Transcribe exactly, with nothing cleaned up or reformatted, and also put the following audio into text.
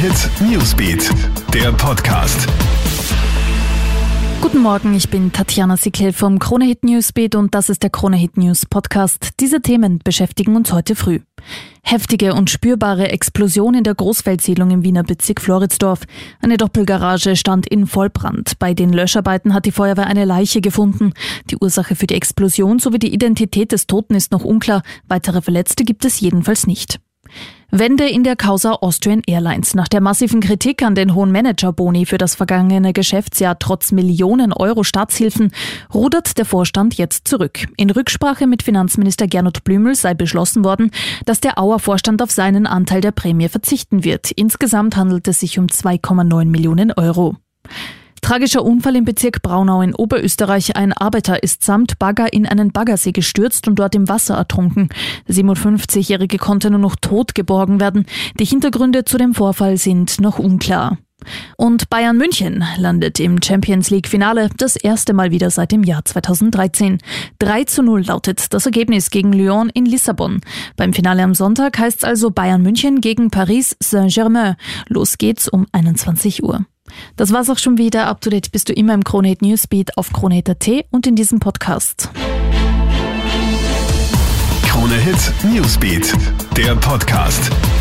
Hit Newsbeat, der Podcast. Guten Morgen, ich bin Tatjana Sickel vom Krone Hit Newsbeat und das ist der Krone Hit News Podcast. Diese Themen beschäftigen uns heute früh. Heftige und spürbare Explosion in der Großfeldsiedlung im Wiener Bezirk Floridsdorf. Eine Doppelgarage stand in Vollbrand. Bei den Löscharbeiten hat die Feuerwehr eine Leiche gefunden. Die Ursache für die Explosion sowie die Identität des Toten ist noch unklar. Weitere Verletzte gibt es jedenfalls nicht. Wende in der Causa Austrian Airlines. Nach der massiven Kritik an den hohen Managerboni für das vergangene Geschäftsjahr trotz Millionen Euro Staatshilfen rudert der Vorstand jetzt zurück. In Rücksprache mit Finanzminister Gernot Blümel sei beschlossen worden, dass der Auer-Vorstand auf seinen Anteil der Prämie verzichten wird. Insgesamt handelt es sich um zwei Komma neun Millionen Euro. Tragischer Unfall im Bezirk Braunau in Oberösterreich. Ein Arbeiter ist samt Bagger in einen Baggersee gestürzt und dort im Wasser ertrunken. Der siebenundfünfzigjährige konnte nur noch tot geborgen werden. Die Hintergründe zu dem Vorfall sind noch unklar. Und Bayern München landet im Champions-League-Finale, das erste Mal wieder seit dem Jahr zweitausenddreizehn. drei zu null lautet das Ergebnis gegen Lyon in Lissabon. Beim Finale am Sonntag heißt es also Bayern München gegen Paris Saint-Germain. Los geht's um einundzwanzig Uhr. Das war's auch schon wieder. Up to date bist du immer im Krone Hit Newsbeat auf Krone Hit Punkt at und in diesem Podcast. Krone Hit Newsbeat, der Podcast.